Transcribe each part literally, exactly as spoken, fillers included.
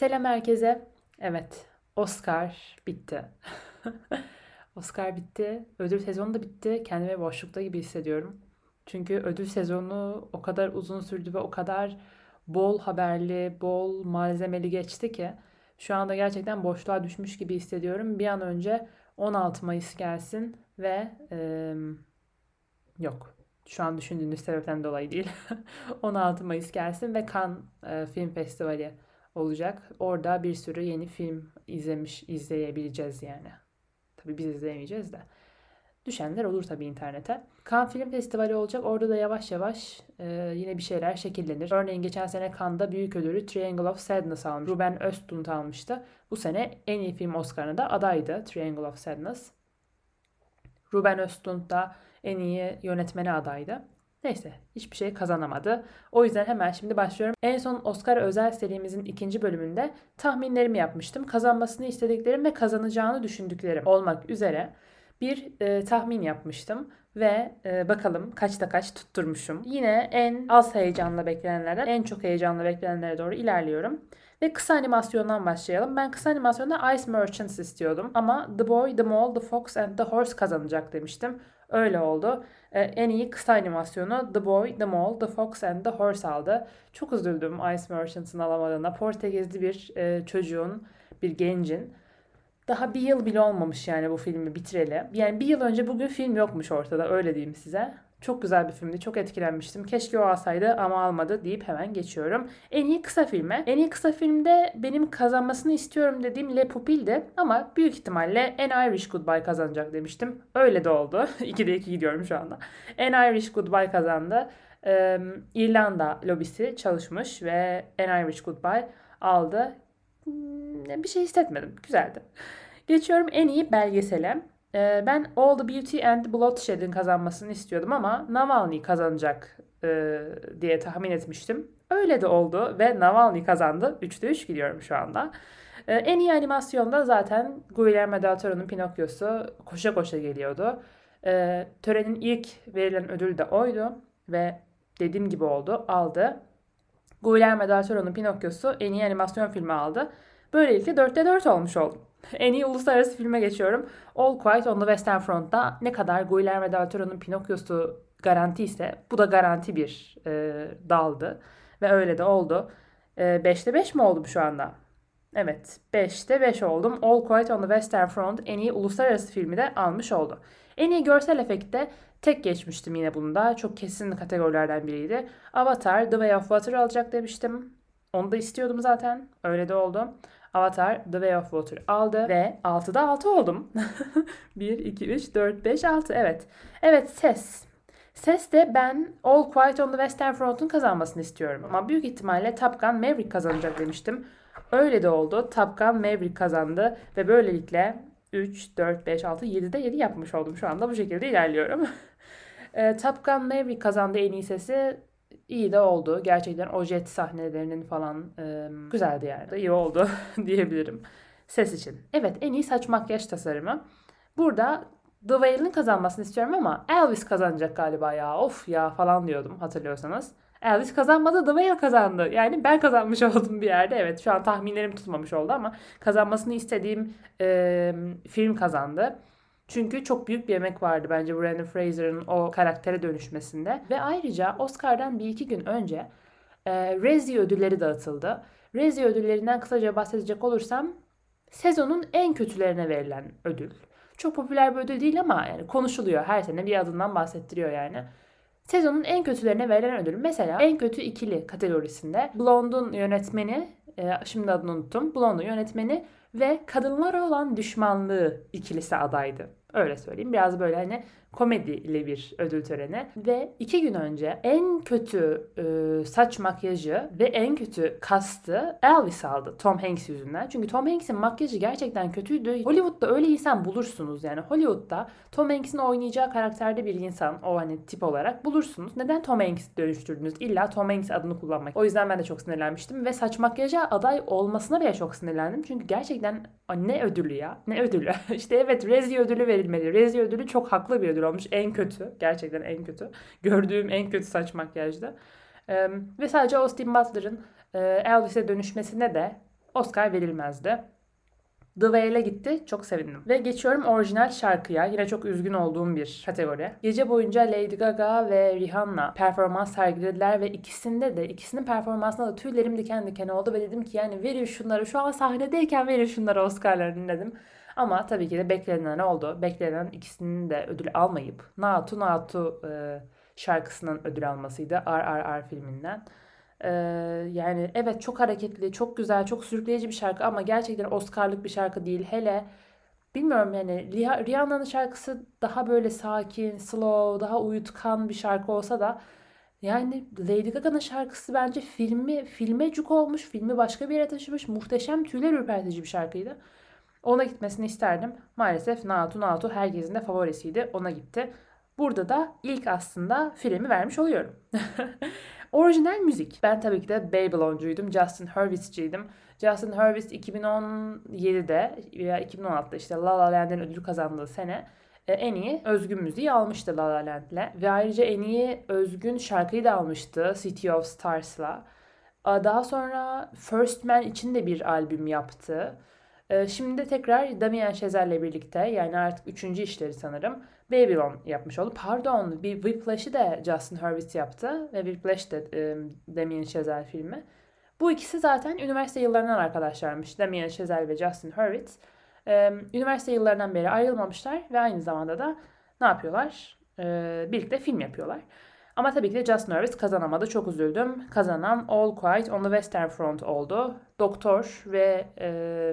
Selam herkese. Evet, Oscar bitti. Oscar bitti. Ödül sezonu da bitti. Kendimi boşlukta gibi hissediyorum. Çünkü ödül sezonu o kadar uzun sürdü ve o kadar bol haberli, bol malzemeli geçti ki şu anda gerçekten boşluğa düşmüş gibi hissediyorum. Bir an önce on altı Mayıs gelsin ve eee, yok. Şu an düşündüğünüz sebepten dolayı değil. on altı Mayıs gelsin ve Cannes e, Film Festivali olacak. Orada bir sürü yeni film izlemiş, izleyebileceğiz yani. Tabii biz izleyemeyeceğiz de. Düşenler olur tabii internete. Cannes Film Festivali olacak. Orada da yavaş yavaş e, yine bir şeyler şekillenir. Örneğin geçen sene Cannes'da büyük ödülü Triangle of Sadness almış. Ruben Östlund almıştı. Bu sene en iyi film Oscar'ına da adaydı Triangle of Sadness. Ruben Östlund da en iyi yönetmene adaydı. Neyse hiçbir şey kazanamadı. O yüzden hemen şimdi başlıyorum. En son Oscar özel serimizin ikinci bölümünde tahminlerimi yapmıştım. Kazanmasını istediklerim ve kazanacağını düşündüklerim olmak üzere bir e, tahmin yapmıştım. Ve e, bakalım kaçta kaç tutturmuşum. Yine en az heyecanla beklenenlerden en çok heyecanla beklenenlere doğru ilerliyorum. Ve kısa animasyondan başlayalım. Ben kısa animasyonda Ice Merchants istiyordum. Ama The Boy, The Mole, The Fox and The Horse kazanacak demiştim. Öyle oldu. Ee, en iyi kısa animasyonu The Boy, The Mole, The Fox and The Horse aldı. Çok üzüldüm Ice Merchants'ın alamadığına. Portekizli bir e, çocuğun, bir gencin. Daha bir yıl bile olmamış yani bu filmi bitireli. Yani bir yıl önce bugün film yokmuş ortada, öyle diyeyim size. Çok güzel bir filmdi. Çok etkilenmiştim. Keşke o alsaydı ama almadı deyip hemen geçiyorum. En iyi kısa filme. En iyi kısa filmde benim kazanmasını istiyorum dediğim Le Pupille'di. Ama büyük ihtimalle An Irish Goodbye kazanacak demiştim. Öyle de oldu. ikide iki gidiyorum şu anda. An Irish Goodbye kazandı. Ee, İrlanda lobisi çalışmış ve An Irish Goodbye aldı. Hmm, bir şey hissetmedim. Güzeldi. Geçiyorum en iyi belgesele. Ee, ben All the Beauty and the Bloodshed'in kazanmasını istiyordum ama Navalny kazanacak e, diye tahmin etmiştim. Öyle de oldu ve Navalny kazandı. üçte üç gidiyorum şu anda. Ee, en iyi animasyonda zaten Guillermo del Toro'nun Pinokyo'su koşa koşa geliyordu. Ee, törenin ilk verilen ödül de oydu ve dediğim gibi oldu, aldı. Guillermo del Toro'nun Pinokyo'su en iyi animasyon filmi aldı. Böylelikle dörtte dört olmuş oldum. En iyi uluslararası filme geçiyorum. All Quiet on the Western Front'ta ne kadar Guillermo del Toro'nun Pinokyo'su garanti ise bu da garanti bir e, daldı. Ve öyle de oldu. E, beşte beş mi oldum şu anda? Evet, beşte beş oldum. All Quiet on the Western Front en iyi uluslararası filmi de almış oldu. En iyi görsel efektte tek geçmiştim yine bunda. Çok kesin kategorilerden biriydi. Avatar, The Way of Water alacak demiştim. Onu da istiyordum zaten. Öyle de oldu. Avatar, The Way of Water aldı ve altıda altı oldum. bir, iki, üç, dört, beş, altı. Evet. Evet, ses. Ses de ben All Quiet on the Western Front'un kazanmasını istiyorum. Ama büyük ihtimalle Top Gun Maverick kazanacak demiştim. Öyle de oldu. Top Gun Maverick kazandı ve böylelikle üç, dört, beş, altı, yedide yedi yapmış oldum şu anda. Bu şekilde ilerliyorum. e, Top Gun Maverick kazandı en iyi sesi. İyi de oldu. Gerçekten o jet sahnelerinin falan e, güzeldi yani. İyi oldu diyebilirim ses için. Evet, en iyi saç makyaj tasarımı. Burada The Whale'ın kazanmasını istiyorum ama Elvis kazanacak galiba ya. Of ya falan diyordum hatırlıyorsanız. Elvis kazanmadı, The Whale kazandı. Yani ben kazanmış oldum bir yerde. Evet, şu an tahminlerim tutmamış oldu ama kazanmasını istediğim e, film kazandı. Çünkü çok büyük bir emek vardı bence Brendan Fraser'ın o karaktere dönüşmesinde. Ve ayrıca Oscar'dan bir iki gün önce e, Razzie ödülleri dağıtıldı. Razzie ödüllerinden kısaca bahsedecek olursam sezonun en kötülerine verilen ödül. Çok popüler bir ödül değil ama yani konuşuluyor. Her sene bir adından bahsettiriyor yani. Sezonun en kötülerine verilen ödül. Mesela en kötü ikili kategorisinde Blonde'un yönetmeni, e, şimdi adını unuttum. Blonde'un yönetmeni ve kadınlara olan düşmanlığı ikilisi adaydı. Öyle söyleyeyim. Biraz böyle hani komediyle bir ödül töreni. Ve iki gün önce en kötü e, saç makyajı ve en kötü kastı Elvis aldı Tom Hanks yüzünden. Çünkü Tom Hanks'in makyajı gerçekten kötüydü. Hollywood'da öyle insan bulursunuz yani. Hollywood'da Tom Hanks'in oynayacağı karakterde bir insan, o hani tip olarak bulursunuz. Neden Tom Hanks'i dönüştürdünüz? İlla Tom Hanks adını kullanmak. O yüzden ben de çok sinirlenmiştim ve saç makyaja aday olmasına bile çok sinirlendim. Çünkü gerçekten ne ödülü ya? Ne ödülü? İşte evet, Razzie ödülü verilmeli. Razzie ödülü çok haklı bir ödül olmuş. En kötü. Gerçekten en kötü. Gördüğüm en kötü saç makyajdı. Ee, ve sadece Austin Butler'ın e, Elvis'e dönüşmesine de Oscar verilmezdi. The Whale'e gitti. Çok sevindim. Ve geçiyorum orijinal şarkıya. Yine çok üzgün olduğum bir kategori. Gece boyunca Lady Gaga ve Rihanna performans sergilediler ve ikisinde de ikisinin performansında da tüylerim diken diken oldu ve dedim ki yani verin şunları, şu an sahnedeyken verin şunları Oscar'larını dedim. Ama tabii ki de beklenen oldu. Beklenen ikisinin de ödül almayıp Naatu Naatu e, şarkısının ödül almasıydı. R R R filminden. Ee, yani evet çok hareketli, çok güzel, çok sürükleyici bir şarkı ama gerçekten Oscar'lık bir şarkı değil. Hele bilmiyorum yani Rihanna'nın şarkısı daha böyle sakin, slow, daha uyutkan bir şarkı olsa da yani Lady Gaga'nın şarkısı bence filmi filme cuk olmuş, filmi başka bir yere taşımış, muhteşem tüyler ürpertici bir şarkıydı. Ona gitmesini isterdim. Maalesef Naatu Naatu herkesin de favorisiydi. Ona gitti. Burada da ilk aslında filmi vermiş oluyorum. Orijinal müzik. Ben tabii ki de Babylon'cuydum. Justin Hurwitz'ciydim. Justin Hurwitz iki bin on yedide veya iki bin on altıda işte La La Land'in ödül kazandığı sene en iyi özgün müziği almıştı La La Land'le. Ve ayrıca en iyi özgün şarkıyı da almıştı City of Stars'la. Daha sonra First Man için de bir albüm yaptı. Şimdi de tekrar Damien Chazelle'le birlikte yani artık üçüncü işleri sanırım Babylon yapmış oldu. Pardon bir Whiplash'ı da Justin Hurwitz yaptı ve Whiplash de e, Damien Chazelle filmi. Bu ikisi zaten üniversite yıllarından arkadaşlarmış. Damien Chazelle ve Justin Hurwitz. E, üniversite yıllarından beri ayrılmamışlar ve aynı zamanda da ne yapıyorlar? E, birlikte film yapıyorlar. Ama tabii ki de Justin Hurwitz kazanamadı. Çok üzüldüm. Kazanan All Quiet on the Western Front oldu. Doktor ve e,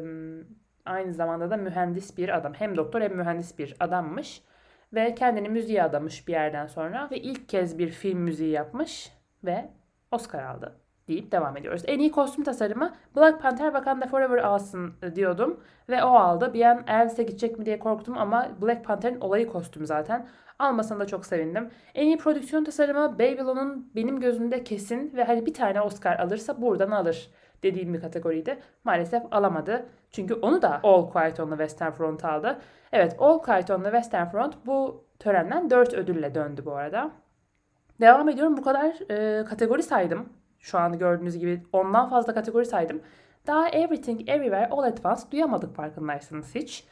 aynı zamanda da mühendis bir adam. Hem doktor hem mühendis bir adammış. Ve kendini müziğe adamış bir yerden sonra. Ve ilk kez bir film müziği yapmış. Ve Oscar aldı deyip devam ediyoruz. En iyi kostüm tasarımı Black Panther Wakanda Forever alsın diyordum. Ve o aldı. Bir an Elvis'e gidecek mi diye korktum ama Black Panther'in olayı kostüm zaten. Almasına da çok sevindim. En iyi prodüksiyon tasarımı Babylon'un benim gözümde kesin ve hani bir tane Oscar alırsa buradan alır dediğim bir kategoriydi. Maalesef alamadı. Çünkü onu da All Quiet on the Western Front aldı. Evet, All Quiet on the Western Front bu törenden dört ödülle döndü bu arada. Devam ediyorum. Bu kadar e, kategori saydım. Şu an gördüğünüz gibi ondan fazla kategori saydım. Daha Everything Everywhere All at Once duyamadık farkındaysanız hiç.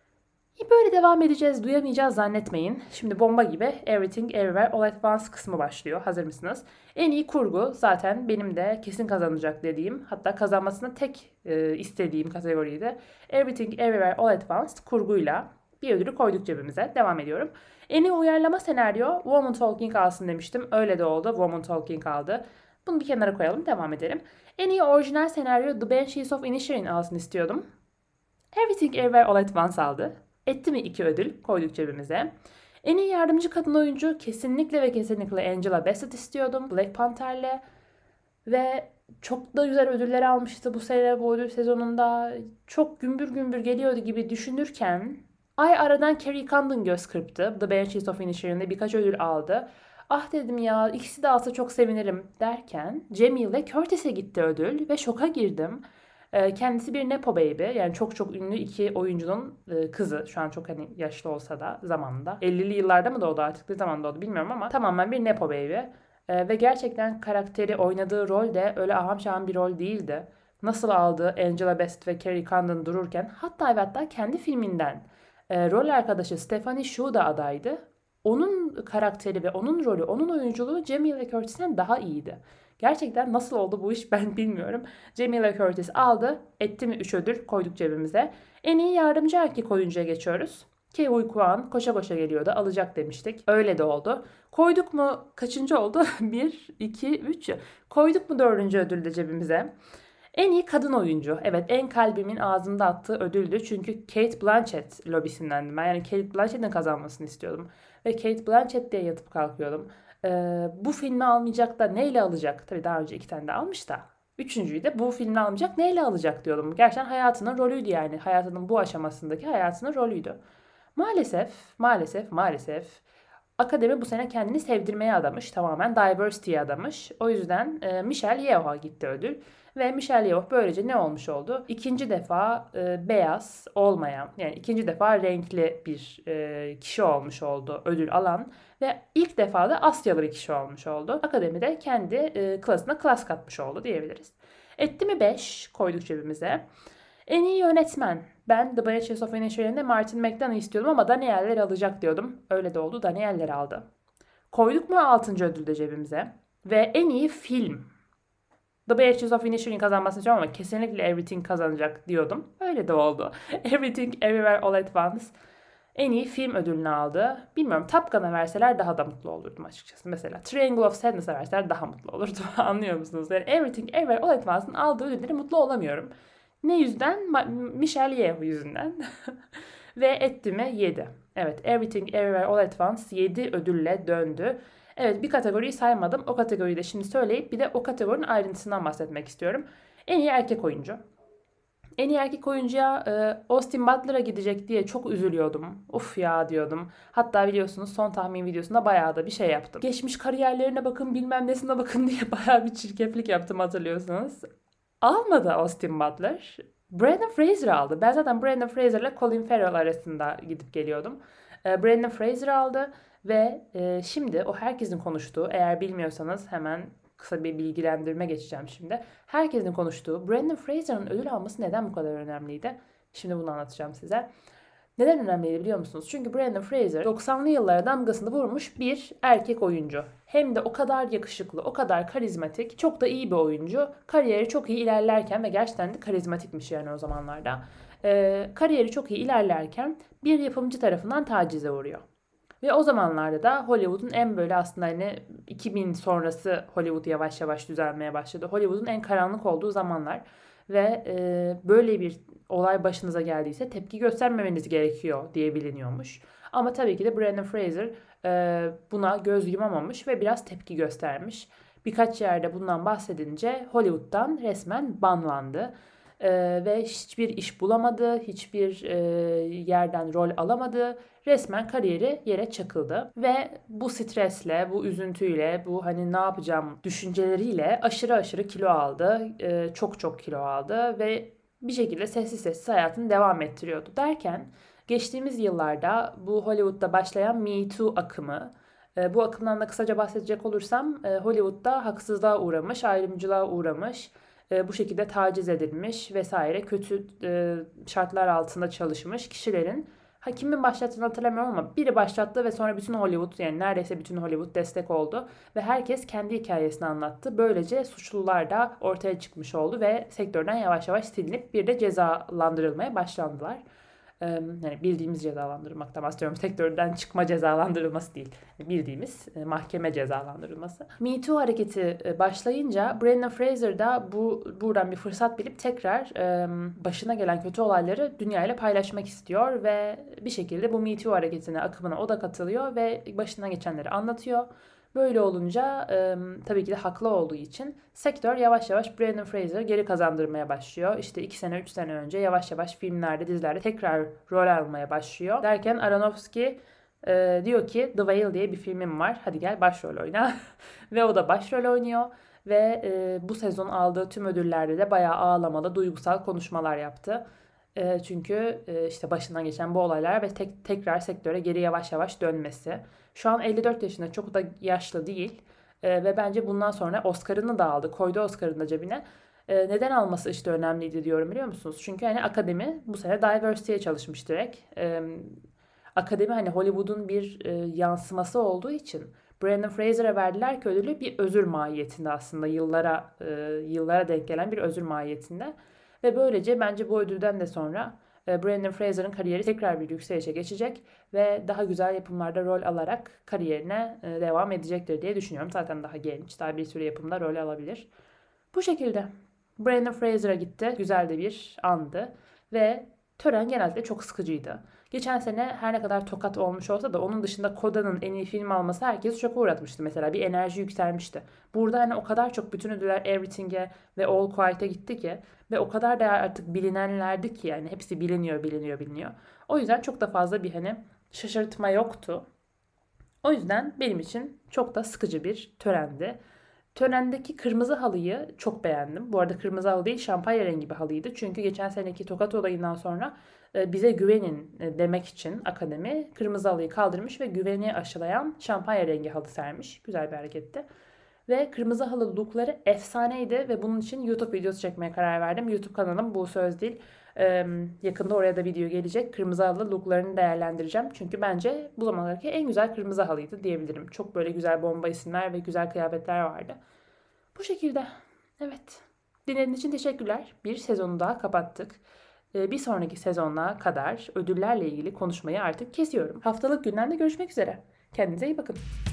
Böyle devam edeceğiz, duyamayacağız zannetmeyin. Şimdi bomba gibi Everything Everywhere All at Once kısmı başlıyor. Hazır mısınız? En iyi kurgu zaten benim de kesin kazanacak dediğim, hatta kazanmasını tek e, istediğim kategoriydi. Everything Everywhere All at Once kurguyla bir ödülü koyduk cebimize. Devam ediyorum. En iyi uyarlama senaryo Woman Talking alsın demiştim. Öyle de oldu. Woman Talking aldı. Bunu bir kenara koyalım. Devam edelim. En iyi orijinal senaryo The Banshees of Inisherin alsın istiyordum. Everything Everywhere All at Once aldı. Etti mi iki ödül? Koyduk cebimize. En iyi yardımcı kadın oyuncu kesinlikle ve kesinlikle Angela Bassett istiyordum. Black Panther'le. Ve çok da güzel ödüller almıştı bu sene, bu ödül sezonunda. Çok gümbür gümbür geliyordu gibi düşünürken ay aradan Carrie Condon göz kırptı. The Banshees of Inisherin'de birkaç ödül aldı. Ah dedim ya ikisi de alsa çok sevinirim derken Jamie Curtis'e gitti ödül ve şoka girdim. Kendisi bir nepo baby, yani çok çok ünlü iki oyuncunun kızı. Şu an çok hani yaşlı olsa da zamanında. ellili yıllarda mı doğdu artık ne zaman doğdu bilmiyorum ama tamamen bir nepo baby. Ve gerçekten karakteri, oynadığı rol de öyle aham şaham bir rol değildi. Nasıl aldı Angela Bassett ve Carrie Condon dururken, hatta ve hatta kendi filminden rol arkadaşı Stephanie Shu da adaydı. Onun karakteri ve onun rolü, onun oyunculuğu Jamie Lee Curtis'ten daha iyiydi. Gerçekten nasıl oldu bu iş ben bilmiyorum. Jamie Lee Curtis aldı. Etti mi üç ödül koyduk cebimize. En iyi yardımcı erkek oyuncuya geçiyoruz. Ke Huy Quan koşa koşa geliyordu. Alacak demiştik. Öyle de oldu. Koyduk mu kaçıncı oldu? bir, iki, üç. Koyduk mu dördüncü ödülü de cebimize. En iyi kadın oyuncu. Evet, en kalbimin ağzımda attığı ödüldü. Çünkü Cate Blanchett lobisindendim ben. Yani Cate Blanchett'in kazanmasını istiyordum. Ve Cate Blanchett diye yatıp kalkıyordum. Ee, bu filmi almayacak da neyle alacak? Tabii daha önce iki tane de almış da. Üçüncüyü de bu filmi almayacak neyle alacak diyordum. Gerçekten hayatının rolüydü yani. Hayatının bu aşamasındaki hayatının rolüydü. Maalesef, maalesef, maalesef Akademi bu sene kendini sevdirmeye adamış. Tamamen diversity'ye adamış. O yüzden e, Michelle Yeoh'a gitti ödül. Ve Michelle Yeoh böylece ne olmuş oldu? İkinci defa e, beyaz olmayan, yani ikinci defa renkli bir e, kişi olmuş oldu ödül alan. Ve ilk defa da Asyalı bir kişi olmuş oldu. Akademi de kendi e, klasına klas katmış oldu diyebiliriz. Etti mi beş koyduk cebimize. En iyi yönetmen. Ben The Banshees of Inisherin'de Martin McDonagh istiyordum ama Daniel'ler alacak diyordum. Öyle de oldu. Daniel'ler aldı. Koyduk mu altıncı ödülü de cebimize. Ve en iyi film. The Banshees of Inisherin kazanmasını istiyorum ama kesinlikle Everything kazanacak diyordum. Öyle de oldu. Everything Everywhere All at Once en iyi film ödülünü aldı. Bilmiyorum, Top Gun'a verseler daha da mutlu olurdum açıkçası. Mesela Triangle of Sadness'a verseler daha mutlu olurdum. Anlıyor musunuz? Yani Everything Everywhere All at Once'ın aldığı ödülleri mutlu olamıyorum. Ne yüzden? Ma- Michelle Yeoh yüzünden. Ve etti mi? yedi. Evet, Everything Everywhere All at Once yedi ödülle döndü. Evet, bir kategoriyi saymadım. O kategoriyi de şimdi söyleyip bir de o kategorinin ayrıntısından bahsetmek istiyorum. En iyi erkek oyuncu. En iyi erkek oyuncuya e, Austin Butler'a gidecek diye çok üzülüyordum. Uf ya diyordum. Hatta biliyorsunuz son tahmin videosunda bayağı da bir şey yaptım. Geçmiş kariyerlerine bakın, bilmem nesine bakın diye bayağı bir çirkeflik yaptım, hatırlıyorsunuz. Almadı Austin Butler. Brendan Fraser aldı. Ben zaten Brendan Fraser ile Colin Farrell arasında gidip geliyordum. E, Brendan Fraser aldı ve e, şimdi o herkesin konuştuğu, eğer bilmiyorsanız hemen kısa bir bilgilendirme geçeceğim şimdi. Herkesin konuştuğu Brendan Fraser'ın ödül alması neden bu kadar önemliydi? Şimdi bunu anlatacağım size. Neden önemliydi biliyor musunuz? Çünkü Brendan Fraser doksanlı yıllara damgasını vurmuş bir erkek oyuncu. Hem de o kadar yakışıklı, o kadar karizmatik, çok da iyi bir oyuncu. Kariyeri çok iyi ilerlerken ve gerçekten de karizmatikmiş yani o zamanlarda. Ee, kariyeri çok iyi ilerlerken bir yapımcı tarafından tacize uğruyor. Ve o zamanlarda da Hollywood'un en böyle aslında hani iki bin sonrası Hollywood yavaş yavaş düzelmeye başladı. Hollywood'un en karanlık olduğu zamanlar ve e, böyle bir olay başınıza geldiyse tepki göstermemeniz gerekiyor diye biliniyormuş. Ama tabii ki de Brendan Fraser e, buna göz yumamamış ve biraz tepki göstermiş. Birkaç yerde bundan bahsedince Hollywood'dan resmen banlandı. Ee, ve hiçbir iş bulamadı, hiçbir e, yerden rol alamadı. Resmen kariyeri yere çakıldı ve bu stresle, bu üzüntüyle, bu hani ne yapacağım düşünceleriyle aşırı aşırı kilo aldı. Ee, çok çok kilo aldı ve bir şekilde sessiz sessiz hayatını devam ettiriyordu. Derken geçtiğimiz yıllarda bu Hollywood'da başlayan Me Too akımı, e, bu akımdan da kısaca bahsedecek olursam e, Hollywood'da haksızlığa uğramış, ayrımcılığa uğramış, e, bu şekilde taciz edilmiş vesaire kötü e, şartlar altında çalışmış kişilerin, ha, kimin başlattığını hatırlamıyorum ama biri başlattı ve sonra bütün Hollywood, yani neredeyse bütün Hollywood destek oldu ve herkes kendi hikayesini anlattı. Böylece suçlular da ortaya çıkmış oldu ve sektörden yavaş yavaş silinip bir de cezalandırılmaya başlandılar. Yani bildiğimiz cezalandırmaktan bahsediyorum. Sektörden çıkma cezalandırılması değil. Bildiğimiz mahkeme cezalandırılması. Me Too hareketi başlayınca Brendan Fraser da bu buradan bir fırsat bilip tekrar başına gelen kötü olayları dünyayla paylaşmak istiyor ve bir şekilde bu Me Too hareketine, akımına o da katılıyor ve başına geçenleri anlatıyor. Böyle olunca e, tabii ki de haklı olduğu için sektör yavaş yavaş Brendan Fraser'ı geri kazandırmaya başlıyor. İşte iki sene, üç sene önce yavaş yavaş filmlerde, dizilerde tekrar rol almaya başlıyor. Derken Aronofsky e, diyor ki The Whale diye bir filmim var. Hadi gel başrol oyna. Ve o da başrol oynuyor. Ve e, bu sezon aldığı tüm ödüllerde de bayağı ağlamalı, duygusal konuşmalar yaptı. E, çünkü e, işte başından geçen bu olaylar ve tek, tekrar sektöre geri yavaş yavaş dönmesi. Şu an elli dört yaşında, çok da yaşlı değil. E, ve bence bundan sonra Oscar'ını da aldı. Koydu Oscar'ını da cebine. E, neden alması işte önemliydi diyorum biliyor musunuz? Çünkü hani akademi bu sene diversity'ye çalışmış direkt. E, akademi hani Hollywood'un bir e, yansıması olduğu için Brendan Fraser'a verdiler ki ödülü bir özür mahiyetinde, aslında yıllara e, yıllara denk gelen bir özür mahiyetinde. Ve böylece bence bu ödülden de sonra Brendan Fraser'ın kariyeri tekrar bir yükselişe geçecek ve daha güzel yapımlarda rol alarak kariyerine devam edecektir diye düşünüyorum. Zaten daha genç, daha bir sürü yapımda rol alabilir. Bu şekilde Brendan Fraser'a gitti. Güzel de bir andı ve tören genelde çok sıkıcıydı. Geçen sene her ne kadar tokat olmuş olsa da onun dışında Koda'nın en iyi film alması herkesi şoka uğratmıştı mesela. Bir enerji yükselmişti. Burada hani o kadar çok bütün ödüller Everything'e ve All Quiet'e gitti ki ve o kadar da artık bilinenlerdi ki yani hepsi biliniyor, biliniyor, biliniyor. O yüzden çok da fazla bir hani şaşırtma yoktu. O yüzden benim için çok da sıkıcı bir törendi. Törendeki kırmızı halıyı çok beğendim. Bu arada kırmızı halı değil, şampanya rengi bir halıydı. Çünkü geçen seneki tokat olayından sonra e, bize güvenin e, demek için akademi kırmızı halıyı kaldırmış ve güveni aşılayan şampanya rengi halı sermiş. Güzel bir hareketti. Ve kırmızı halı lookları efsaneydi ve bunun için YouTube videosu çekmeye karar verdim. YouTube kanalım Buse Özdil. Ee, yakında oraya da video gelecek. Kırmızı halı looklarını değerlendireceğim. Çünkü bence bu zamanlardaki en güzel kırmızı halıydı diyebilirim. Çok böyle güzel bomba isimler ve güzel kıyafetler vardı. Bu şekilde. Evet. Dinlediğiniz için teşekkürler. Bir sezonu daha kapattık. Ee, bir sonraki sezonuna kadar ödüllerle ilgili konuşmayı artık kesiyorum. Haftalık gündemde görüşmek üzere. Kendinize iyi bakın.